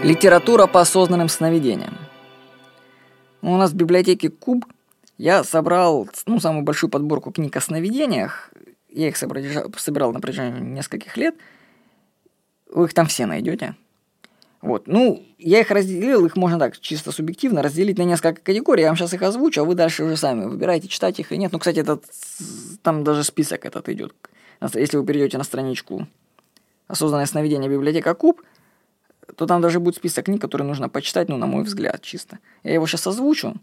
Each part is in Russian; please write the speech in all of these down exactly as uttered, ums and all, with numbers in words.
Литература по осознанным сновидениям. У нас в библиотеке Куб я собрал ну, самую большую подборку книг о сновидениях. Я их собирал на протяжении нескольких лет. Вы их там все найдете. Вот. Ну, я их разделил, их можно так чисто субъективно разделить на несколько категорий. Я вам сейчас их озвучу, а вы дальше уже сами выбираете, читать их или нет. Ну, кстати, этот, там даже список этот идет. Если вы перейдете на страничку «Осознанное сновидение. Библиотека Куб», то там даже будет список книг, которые нужно почитать, ну, на мой взгляд, чисто. Я его сейчас озвучу,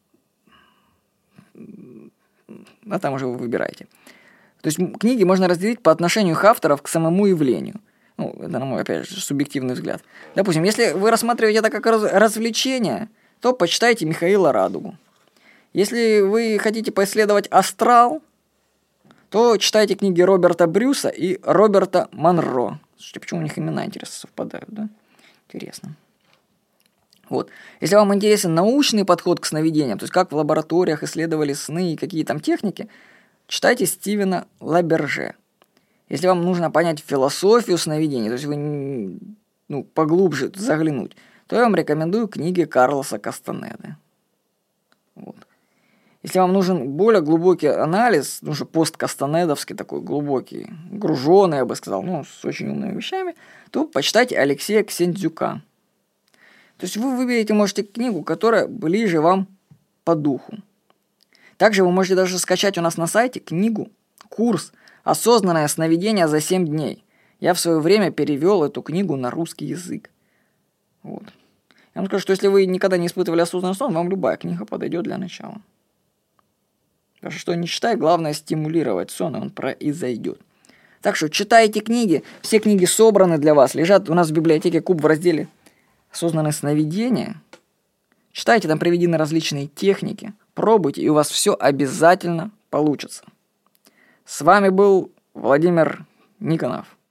а там уже вы выбираете. То есть книги можно разделить по отношению их авторов к самому явлению. Ну, это, на мой, опять же, субъективный взгляд. Допустим, если вы рассматриваете это как развлечение, то почитайте Михаила Радугу. Если вы хотите поисследовать астрал, то читайте книги Роберта Брюса и Роберта Монро. Слушайте, почему у них имена, интересно, совпадают, да? Интересно. Вот. Если вам интересен научный подход к сновидениям, то есть как в лабораториях исследовали сны и какие там техники, читайте Стивена Лаберже. Если вам нужно понять философию сновидений, то есть вы ну, поглубже заглянуть, то я вам рекомендую книги Карлоса Кастанеды. Вот. Если вам нужен более глубокий анализ, ну, уже посткастанедовский, такой глубокий, груженый, я бы сказал, ну, с очень умными вещами, то почитайте Алексея Ксендзюка. То есть вы выберете, можете, книгу, которая ближе вам по духу. Также вы можете даже скачать у нас на сайте книгу, курс «Осознанное сновидение за семь дней». Я в свое время перевел эту книгу на русский язык. Вот. Я вам скажу, что если вы никогда не испытывали осознанный сон, вам любая книга подойдет для начала. Потому что, что не читай, главное стимулировать сон, и он произойдет. Так что читайте книги. Все книги собраны для вас. Лежат у нас в библиотеке Куб в разделе «Осознанные сновидения». Читайте, там приведены различные техники. Пробуйте, и у вас все обязательно получится. С вами был Владимир Никонов.